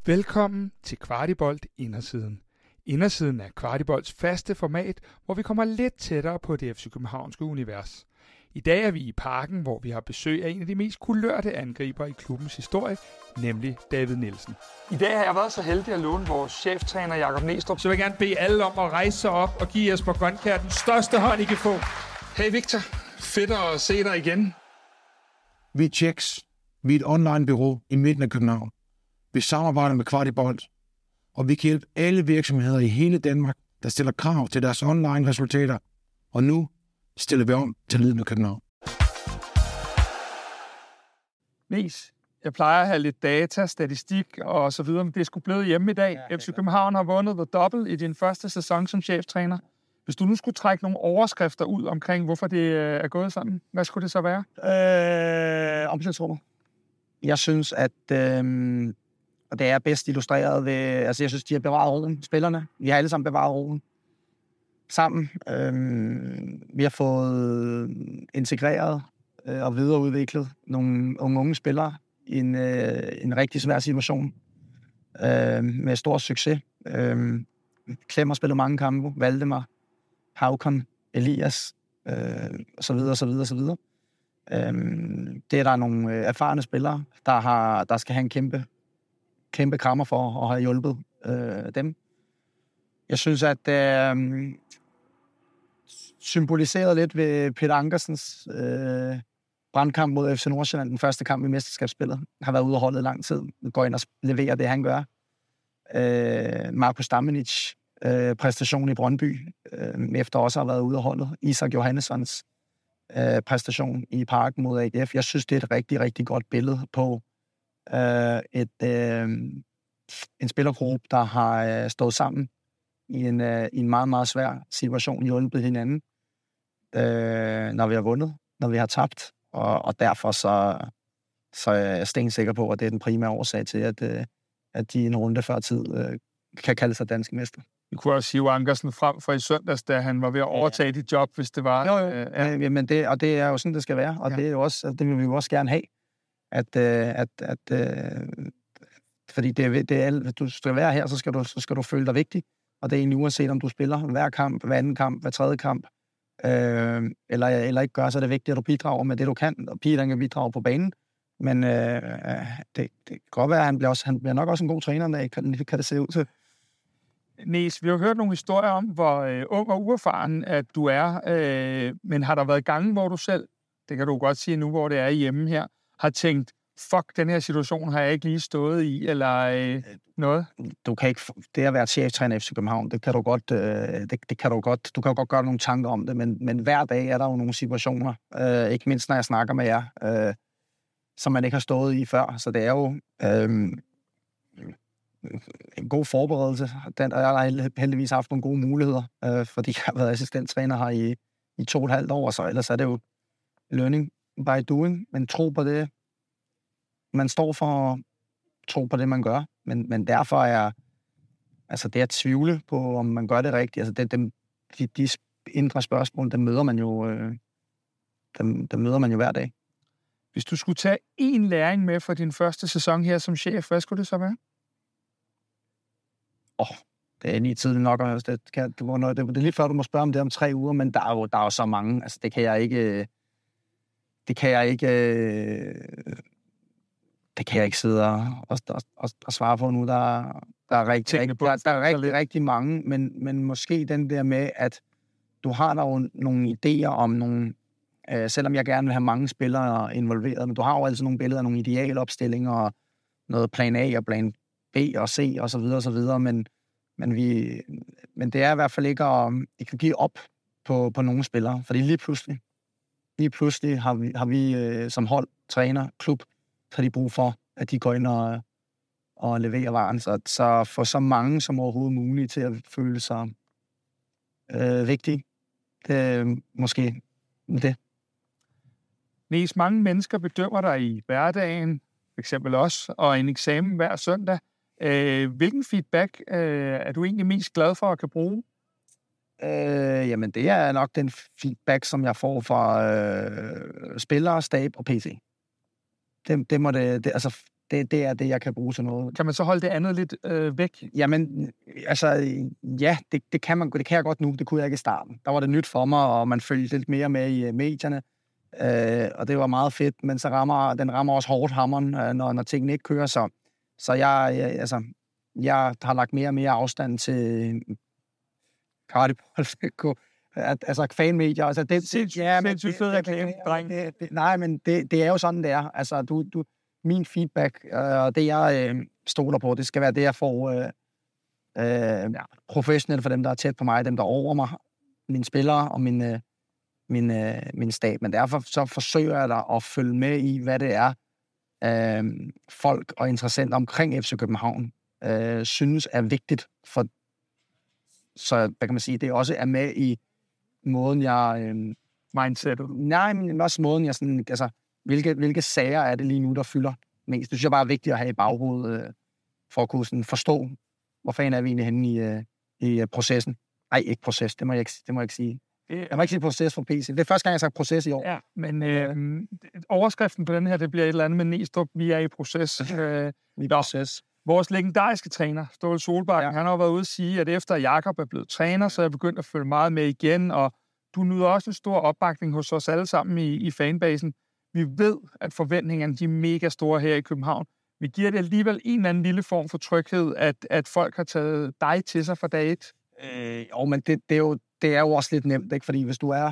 Velkommen til Kvartibolt Indersiden. Indersiden er Kvartibolts faste format, hvor vi kommer lidt tættere på det FC Københavnske univers. I dag er vi i Parken, hvor vi har besøg af en af de mest kulørte angriber i klubbens historie, nemlig David Nielsen. I dag har jeg været så heldig at låne vores cheftræner Jakob Næstrup, så jeg vil gerne bede alle om at rejse sig op og give Jesper Grønkjær den største hånd, I kan få. Hey Victor, fedt at se dig igen. Vi er Checks. Vi er et online-bureau i midten af København. Vi samarbejder med Kvartibolt, og vi kan hjælpe alle virksomheder i hele Danmark, der stiller krav til deres online-resultater. Og nu stiller vi om til Lyden af København. Nis, jeg plejer at have lidt data, statistik og så videre, men det er sgu blevet hjemme i dag. Ja, FC København har vundet The Double i din første sæson som cheftræner. Hvis du nu skulle trække nogle overskrifter ud omkring, hvorfor det er gået sådan, hvad skulle det så være? Omklædningsrummet. Jeg synes, at og det er bedst illustreret ved, altså jeg synes, de har bevaret roen, spillerne. Vi har alle sammen bevaret roen sammen. Vi har fået integreret og videreudviklet nogle unge spillere i en rigtig svær situation med stor succes. Klemmer spillet mange kampe, Valdemar, Haukon, Elias, og så videre, så videre, så videre. Det er der nogle erfarne spillere, der skal have en kæmpe krammer for at have hjulpet dem. Jeg synes, at symboliseret lidt ved Peter Ankersens brandkamp mod FC Nordsjælland, den første kamp i mesterskabsspillet, har været ude og holde lang tid. Går ind og leverer det, han gør. Marko Stamenic præstation i Brøndby, efter også har været ude og holdet. Isak Johannessons præstation i Parken mod AGF. Jeg synes, det er et rigtig, rigtig godt billede på en spillergruppe, der har stået sammen i en meget, meget svær situation, hjulpet hinanden, når vi har vundet, når vi har tabt, og derfor så er jeg stensikker på, at det er den primære årsag til, at de en runde før tid kan kalde sig danske mester. Vi kunne også sige Ankersen frem for i søndags, da han var ved at overtage dit job, hvis det var. Men det er jo sådan, det skal være, og det er jo også, det vil vi jo også gerne have, fordi hvis du skal være her, så skal du føle dig vigtig, og det er egentlig uanset om du spiller hver kamp, hver anden kamp, hver tredje kamp, eller ikke gør, så er det vigtigt, at du bidrager med det, du kan, og Peter kan bidrage på banen, men det kan godt være, at han bliver nok også en god træner, når kan det se ud til. Niels, vi har hørt nogle historier om, hvor ung og uerfaren at du er, men har der været gange, hvor du selv, det kan du godt sige nu, hvor det er hjemme her, har tænkt, fuck, den her situation har jeg ikke lige stået i, eller noget? Du kan ikke, det at være cheftræner i FC København, det kan du godt, du kan godt gøre nogle tanker om det, men hver dag er der jo nogle situationer, ikke mindst når jeg snakker med jer, som man ikke har stået i før, så det er jo en god forberedelse, og jeg har heldigvis haft nogle gode muligheder, fordi jeg har været assistenttræner her i 2,5 år, så ellers er det jo learning by doing, men tro på det, man står for, tro på det, man gør, men derfor er altså det at tvivle på, om man gør det rigtigt, altså de indre spørgsmål, dem møder man jo hver dag. Hvis du skulle tage én læring med fra din første sæson her som chef, hvad skulle det så være? Det er lige tidligt nok, og det er lige før, du må spørge om det om 3 uger, men der er jo så mange, altså det kan jeg ikke sidde og svare på nu. Der er rigtig mange, men måske den der med, at du har der jo nogle idéer om nogle, selvom jeg gerne vil have mange spillere involveret, men du har jo altid nogle billeder af nogle idealopstillinger, og noget plan A og plan B og C og så videre, men det er i hvert fald ikke at ikke give op på nogle spillere, fordi lige pludselig har vi som hold, træner, klub, så de brug for, at de går ind og leverer varen. Så for så mange som overhovedet muligt til at føle sig vigtige. Det er måske det. Niels, mange mennesker bedømmer dig i hverdagen, for eksempel også, og en eksamen hver søndag. Hvilken feedback er du egentlig mest glad for at kan bruge? Jamen, det er nok den feedback, som jeg får fra spillere, stab og PC. Det må det, altså Det er det, jeg kan bruge til noget. Kan man så holde det andet lidt væk? Jamen, altså, ja, det kan jeg godt nu. Det kunne jeg ikke i starten. Der var det nyt for mig, og man følte lidt mere med i medierne. Og det var meget fedt, men så rammer også hårdt hammeren, når tingene ikke kører. Så jeg har lagt mere og mere afstand til kvartibold. Altså fanmedier. Altså, sindssygt fed reklame, dreng. Nej, men det er jo sådan, det er. Altså, min feedback, og det jeg stoler på, det skal være det, jeg får professionelt for dem, der er tæt på mig, dem, der er over mig, mine spillere og min stab. Men derfor så forsøger jeg da at følge med i, hvad det er, folk og interessenter omkring FC København synes er vigtigt. Så hvad kan man sige, det også er med i måden, jeg... mindsetet. Nej, men også måden, jeg sådan... Altså, hvilke sager er det lige nu, der fylder mest? Det synes jeg bare er vigtigt at have i baghovedet, for at kunne sådan forstå, hvor fanden er vi egentlig henne i processen. Nej, ikke proces, det må jeg ikke sige. Jeg må ikke sige proces for PC. Det er første gang, jeg har sagt proces i år. Ja, men overskriften på den her, det bliver et eller andet med Næstrup. Vi er i proces. Proces. Vores legendariske træner, Ståle Solbakken, han har været ude at sige, at efter Jakob er blevet træner, så er jeg begyndt at følge meget med igen, og du nyder også en stor opbakning hos os alle sammen i fanbasen. Vi ved, at forventningerne de er mega store her i København. Vi giver det alligevel en eller anden lille form for tryghed, at folk har taget dig til sig fra dag et. Men det er jo også lidt nemt, ikke? Fordi hvis du er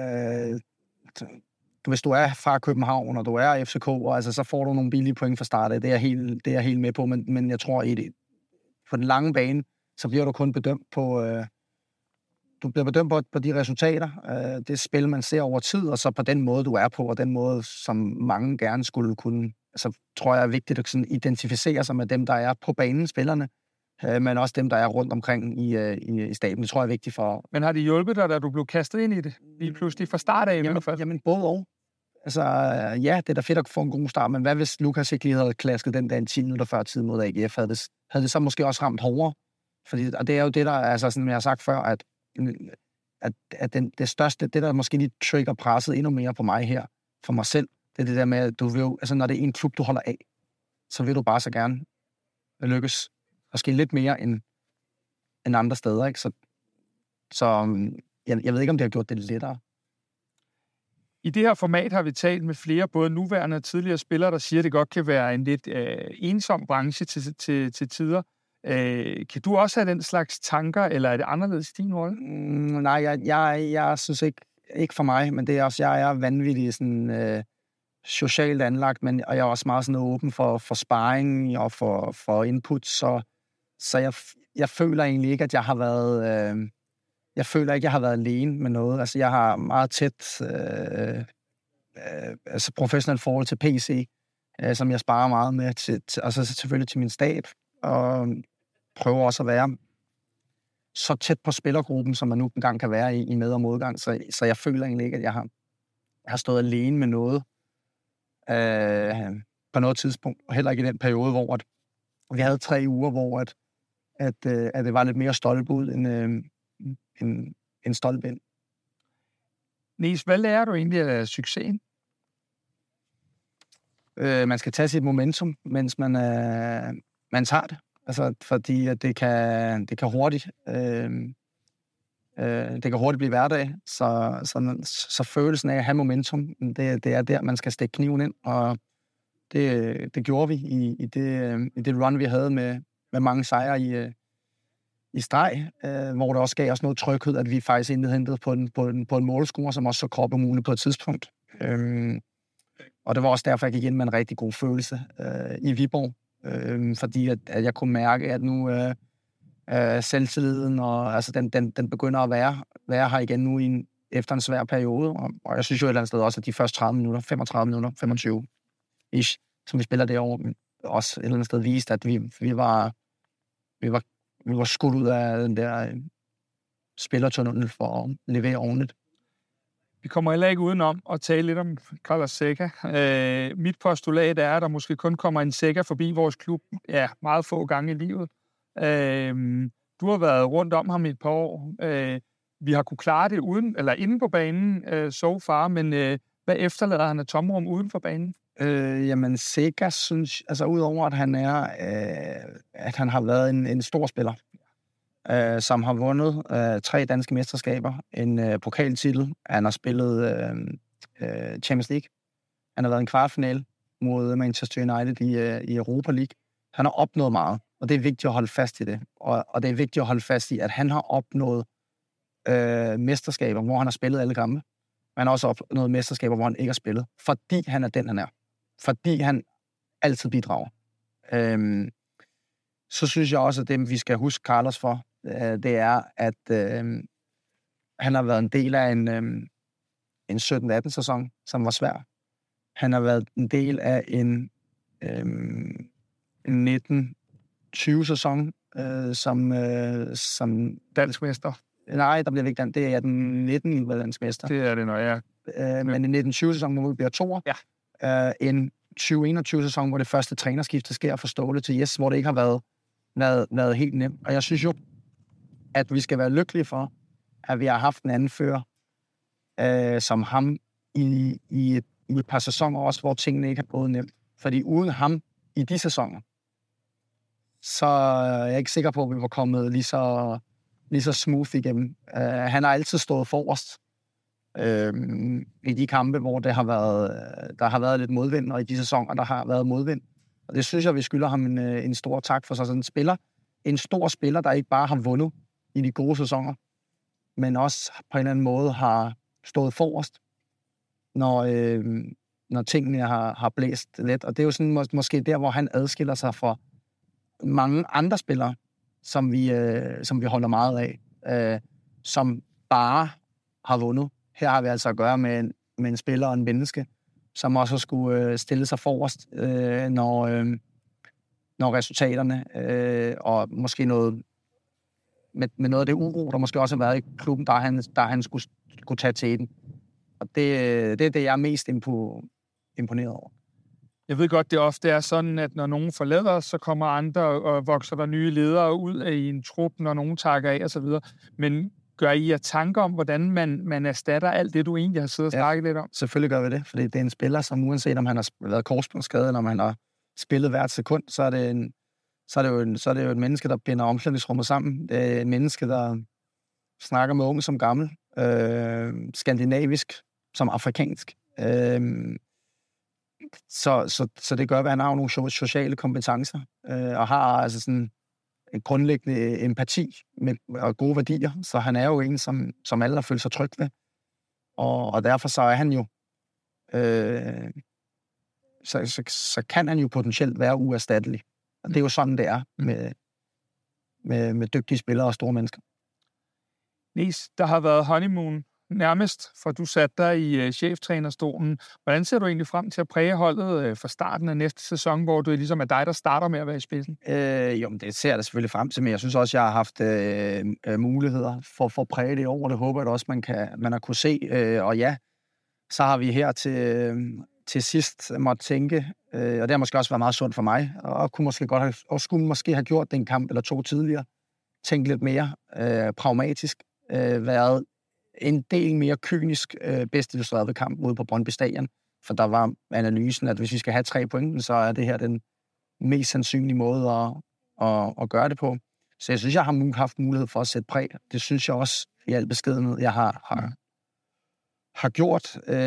fra København, og du er FCK, altså, så får du nogle billige point fra start af. Det er jeg helt med på, men jeg tror, på den lange bane, så bliver du kun bedømt på... Du bliver bedømt på de resultater, det spil, man ser over tid, og så på den måde, du er på, og den måde, som mange gerne skulle kunne... Altså, tror jeg er vigtigt at sådan identificere sig med dem, der er på banen, spillerne, men også dem, der er rundt omkring i staben. Det tror jeg er vigtigt for... Men har det hjulpet dig, da du blev kastet ind i det? Lige pludselig fra start af i hvert fald? Jamen, både og. Altså, ja, det er da fedt at få en god start, men hvad hvis Lukas ikke lige havde klasket den der en 10 minutter før tid mod AGF? Havde det så måske også ramt hårdere? Og det er jo det, der, altså, som jeg har sagt før, at det største, det der måske lige trigger presset endnu mere på mig her, for mig selv, det er det der med, at du vil jo, altså når det er en klub, du holder af, så vil du bare så gerne lykkes. Måske lidt mere end andre steder, ikke? Så jeg ved ikke, om det har gjort det lettere. I det her format har vi talt med flere, både nuværende og tidligere spillere, der siger, at det godt kan være en lidt ensom branche til tider. Kan du også have den slags tanker, eller er det anderledes i din rolle? Nej, jeg synes ikke for mig, men det er også, jeg er vanvittig sådan, socialt anlagt, og jeg er også meget sådan åben for sparring og for input, så jeg føler egentlig ikke, at jeg har været... Jeg føler ikke, jeg har været alene med noget. Altså, jeg har meget tæt professionelt forhold til PC, som jeg sparer meget med, og så selvfølgelig til min stab, og prøver også at være så tæt på spillergruppen, som man nu engang kan være i med- og modgang. Så jeg føler egentlig ikke, at jeg har stået alene med noget på noget tidspunkt, og heller ikke i den periode, hvor vi havde 3 uger, hvor at det var lidt mere stolpud end stolpind. Niels, hvad lærer du egentlig af succesen? Man skal tage sit momentum, mens man tager det. Altså, fordi det kan hurtigt blive hverdag. Så følelsen af at have momentum, det er der, man skal stikke kniven ind. Og det gjorde vi i det run, vi havde med mange sejre i streg, hvor det også gav os noget tryghed, at vi faktisk indhentede på en målscore, som også så krop muligt på et tidspunkt. Og det var også derfor, jeg gik ind med en rigtig god følelse i Viborg, fordi at jeg kunne mærke, at nu selvtilliden, og altså den begynder at være her igen nu efter en svær periode, og jeg synes jo et eller andet sted også, at de første 30 minutter, 35 minutter, 25 ish, som vi spiller derovre, også et eller andet sted viste, at vi var skudt ud af den der spillertunnel for at levere ordentligt. Vi kommer heller ikke udenom at tale lidt om Carlos Zeca. Mit postulat er, at der måske kun kommer en Zeca forbi vores klub meget få gange i livet. Du har været rundt om ham i et par år. Vi har kunne klare det inde på banen so far, men Hvad efterlader han af tomrum uden for banen? Jamen, Sega synes, altså udover at han er, at han har været en stor spiller, som har vundet 3 danske mesterskaber, en pokaltitel, han har spillet Champions League, han har været en kvartfinale mod Manchester United i Europa League. Han har opnået meget, og det er vigtigt at holde fast i det. Og det er vigtigt at holde fast i, at han har opnået mesterskaber, hvor han har spillet alle kampe. Men han har også opnået mesterskaber, hvor han ikke har spillet. Fordi han er den, han er. Fordi han altid bidrager. Så synes jeg også, at det, vi skal huske Carlos for, det er, at han har været en del af en 17-18 sæson, som var svær. Han har været en del af en 19-20 sæson, som dansk mester. Nej, der bliver ikke den. Det er den 19 dansk mester. Det er det, når jeg... Men en 19-20 sæson, hvor vi bliver toer. Ja. En 20-21 sæson, hvor det første trænerskifte sker fra Ståle til Jes, hvor det ikke har været helt nemt. Og jeg synes jo, at vi skal være lykkelige for, at vi har haft en anfører som ham i et par sæsoner også, hvor tingene ikke har gået nemt. Fordi uden ham i de sæsoner, så er jeg ikke sikker på, at vi var kommet lige så smooth igennem. Han har altid stået forrest i de kampe, hvor der har været lidt modvind, og i de sæsoner, der har været modvind. Og det synes jeg, vi skylder ham en stor tak for. Så sådan en stor spiller, der ikke bare har vundet i de gode sæsoner, men også på en eller anden måde har stået forrest, når tingene har blæst lidt. Og det er jo sådan måske der, hvor han adskiller sig fra mange andre spillere, som vi holder meget af, som bare har vundet. Her har vi altså at gøre med en spiller og en menneske, som også skulle stille sig forrest, når resultaterne og måske noget med noget af det uro, der måske også har været i klubben, der han skulle tage til den. Og det er det, jeg er mest imponeret over. Jeg ved godt, det ofte er sådan, at når nogen forlader, så kommer andre og vokser der nye ledere ud af en trup, når nogen takker af osv. Men gør I jer tanker om, hvordan man erstatter alt det, du egentlig har siddet og snakket lidt om? Selvfølgelig gør vi det, fordi det er en spiller, som uanset om han har været korsbåndsskadet, eller om han har spillet hvert sekund, så er det jo et menneske, der binder omklædningsrummet sammen. Det er et menneske, der snakker med unge som gammel, skandinavisk som afrikansk. Så det gør, at han har nogle sociale kompetencer, og har altså sådan en grundlæggende empati og gode værdier. Så han er jo en, som alle har følt sig tryg ved. Og derfor så er han jo... Så kan han jo potentielt være uerstattelig. Og det er jo sådan, det er med dygtige spillere og store mennesker. Niels, der har været honeymoon nærmest, for du satte dig i cheftrænerstolen. Hvordan ser du egentlig frem til at præge holdet fra starten af næste sæson, hvor du ligesom er dig, der starter med at være i spidsen? Jo, men det ser jeg da selvfølgelig frem til, men jeg synes også, jeg har haft muligheder for at præge det over. Det håber jeg også, man har kunne se. Og ja, så har vi her til sidst måtte tænke, og det har måske også været meget sundt for mig, og skulle måske have gjort det en kamp eller 2 tidligere. Tænkt lidt mere pragmatisk, været en del mere kynisk bedst illustreret ved kampen ude på Brøndby Stadion, for der var analysen, at hvis vi skal have 3 point, så er det her den mest sandsynlige måde at gøre det på. Så jeg synes, jeg har haft mulighed for at sætte præg. Det synes jeg også i al beskedenhed, jeg har gjort.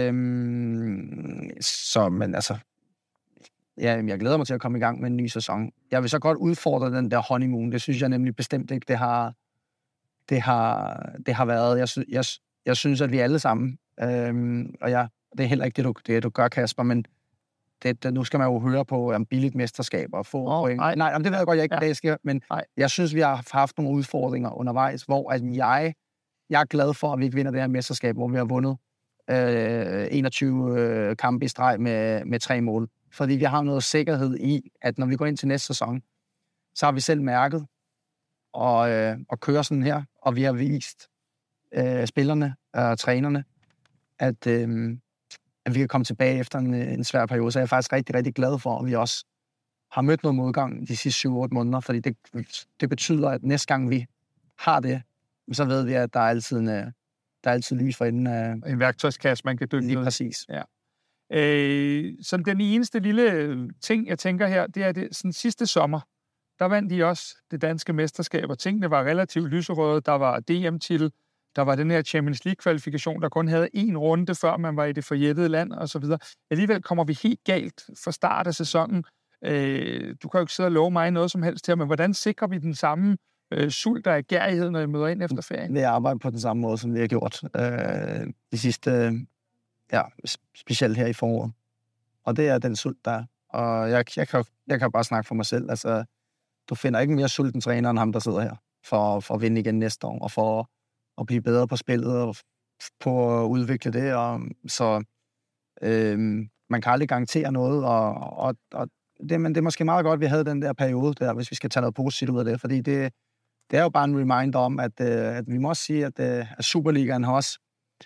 Men altså, ja, jeg glæder mig til at komme i gang med en ny sæson. Jeg vil så godt udfordre den der honeymoon. Det synes jeg nemlig bestemt ikke, det har været. Jeg synes, at vi alle sammen, og det er heller ikke det, du gør, Kasper, men nu skal man jo høre på billigt mesterskab og få point. Nej, det ved jeg godt, jeg ikke det skal, men jeg synes, vi har haft nogle udfordringer undervejs, hvor at jeg er glad for, at vi ikke vinder det her mesterskab, hvor vi har vundet 21 kampe i streg med 3 mål. Fordi vi har noget sikkerhed i, at når vi går ind til næste sæson, så har vi selv mærket og kører sådan her, og vi har vist spillerne og trænerne, at vi kan komme tilbage efter en svær periode. Så jeg er faktisk rigtig, rigtig glad for, at vi også har mødt noget modgang de sidste 7-8 måneder, fordi det betyder, at næste gang vi har det, så ved vi, at der er altid der er altid lys for enden af... En værktøjskasse, man kan dykke Lige ned i. præcis. Ja. Så den eneste lille ting, jeg tænker her, det er det sådan sidste sommer. Der vandt de også det danske mesterskab, og tingene var relativt lyserøde. Der var DM-titel, der var den her Champions League-kvalifikation, der kun havde 1 runde, før man var i det forjættede land, og så videre. Alligevel kommer vi helt galt fra start af sæsonen. Du kan jo ikke sidde og love mig noget som helst her, men hvordan sikrer vi den samme sult og agerighed, når I møder ind efter ferien? Vi arbejder på den samme måde, som vi har gjort de sidste, specielt her i foråret. Og det er den sult, der er. Og jeg kan bare snakke for mig selv. Altså, du finder ikke mere sulten træner end ham, der sidder her, for at vinde igen næste år, og for at blive bedre på spillet, og på at udvikle det. Og, så man kan aldrig garantere noget, og det er måske meget godt, at vi havde den der periode der, hvis vi skal tage noget positivt ud af det, fordi det er jo bare en reminder om, at vi må også sige, at Superligaen har også,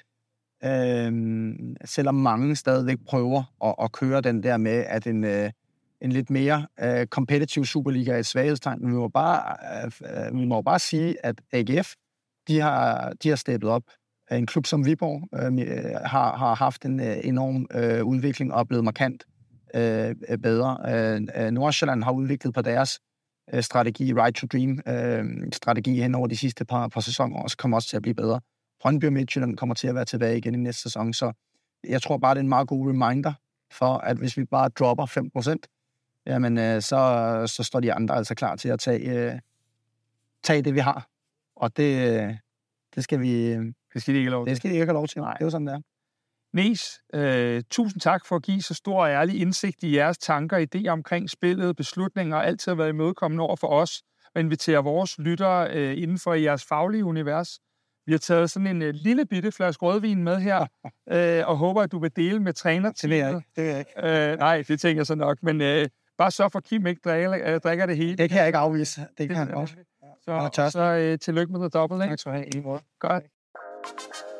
selvom mange stadigvæk prøver at køre den der med, at en lidt mere competitive Superliga er et svaghedstegn, men vi må bare sige, at AGF, de har steppet op. En klub som Viborg har haft en enorm udvikling og er blevet markant bedre. Nordsjælland har udviklet på deres strategi, Right to Dream strategi hen over de sidste par sæsoner, og så kommer også til at blive bedre. Brøndby og Midtjylland kommer til at være tilbage igen i næste sæson, så jeg tror bare, det er en meget god reminder for, at hvis vi bare dropper 5%, jamen så står de andre altså klar til at tage det, vi har. Og det skal vi... Det skal de ikke have lov til. Det skal de ikke have lov til. Nej. Det er jo sådan, der. Nies, tusind tak for at give så stor og ærlig indsigt i jeres tanker, idéer omkring spillet, beslutninger, og altid at være imødekommende over for os, og invitere vores lyttere inden for jeres faglige univers. Vi har taget sådan en lille bitte flaske rødvin med her, og håber, at du vil dele med trænerteamet. Det vil jeg ikke. Nej, det tænker jeg så nok, men bare så for Kim ikke drikker det hele. Det kan jeg ikke afvise. Det kan han godt. Så tillykke med the double, ikke? Tak skal du have. I måde. Godt.